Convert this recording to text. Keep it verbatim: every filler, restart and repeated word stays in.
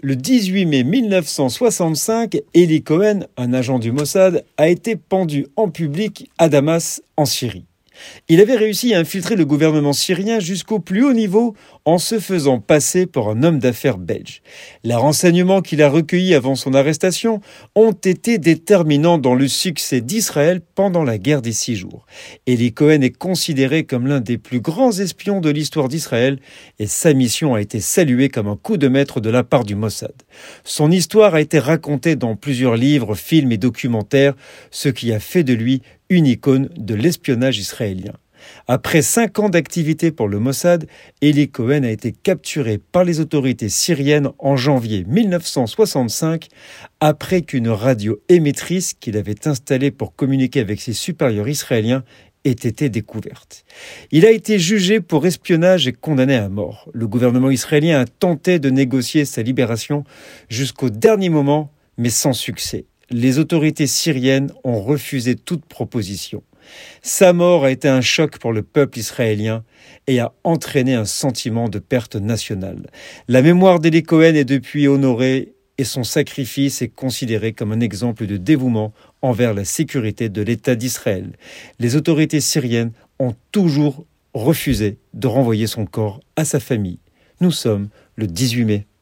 Le dix-huit mai mille neuf cent soixante-cinq, Eli Cohen, un agent du Mossad, a été pendu en public à Damas, en Syrie. Il avait réussi à infiltrer le gouvernement syrien jusqu'au plus haut niveau en se faisant passer pour un homme d'affaires belge. Les renseignements qu'il a recueillis avant son arrestation ont été déterminants dans le succès d'Israël pendant la guerre des six jours. Eli Cohen est considéré comme l'un des plus grands espions de l'histoire d'Israël et sa mission a été saluée comme un coup de maître de la part du Mossad. Son histoire a été racontée dans plusieurs livres, films et documentaires, ce qui a fait de lui une icône de l'espionnage israélien. Après cinq ans d'activité pour le Mossad, Eli Cohen a été capturé par les autorités syriennes en janvier mille neuf cent soixante-cinq, après qu'une radio émettrice qu'il avait installée pour communiquer avec ses supérieurs israéliens ait été découverte. Il a été jugé pour espionnage et condamné à mort. Le gouvernement israélien a tenté de négocier sa libération jusqu'au dernier moment, mais sans succès. Les autorités syriennes ont refusé toute proposition. Sa mort a été un choc pour le peuple israélien et a entraîné un sentiment de perte nationale. La mémoire d'Eli Cohen est depuis honorée et son sacrifice est considéré comme un exemple de dévouement envers la sécurité de l'État d'Israël. Les autorités syriennes ont toujours refusé de renvoyer son corps à sa famille. Nous sommes le dix-huit mai.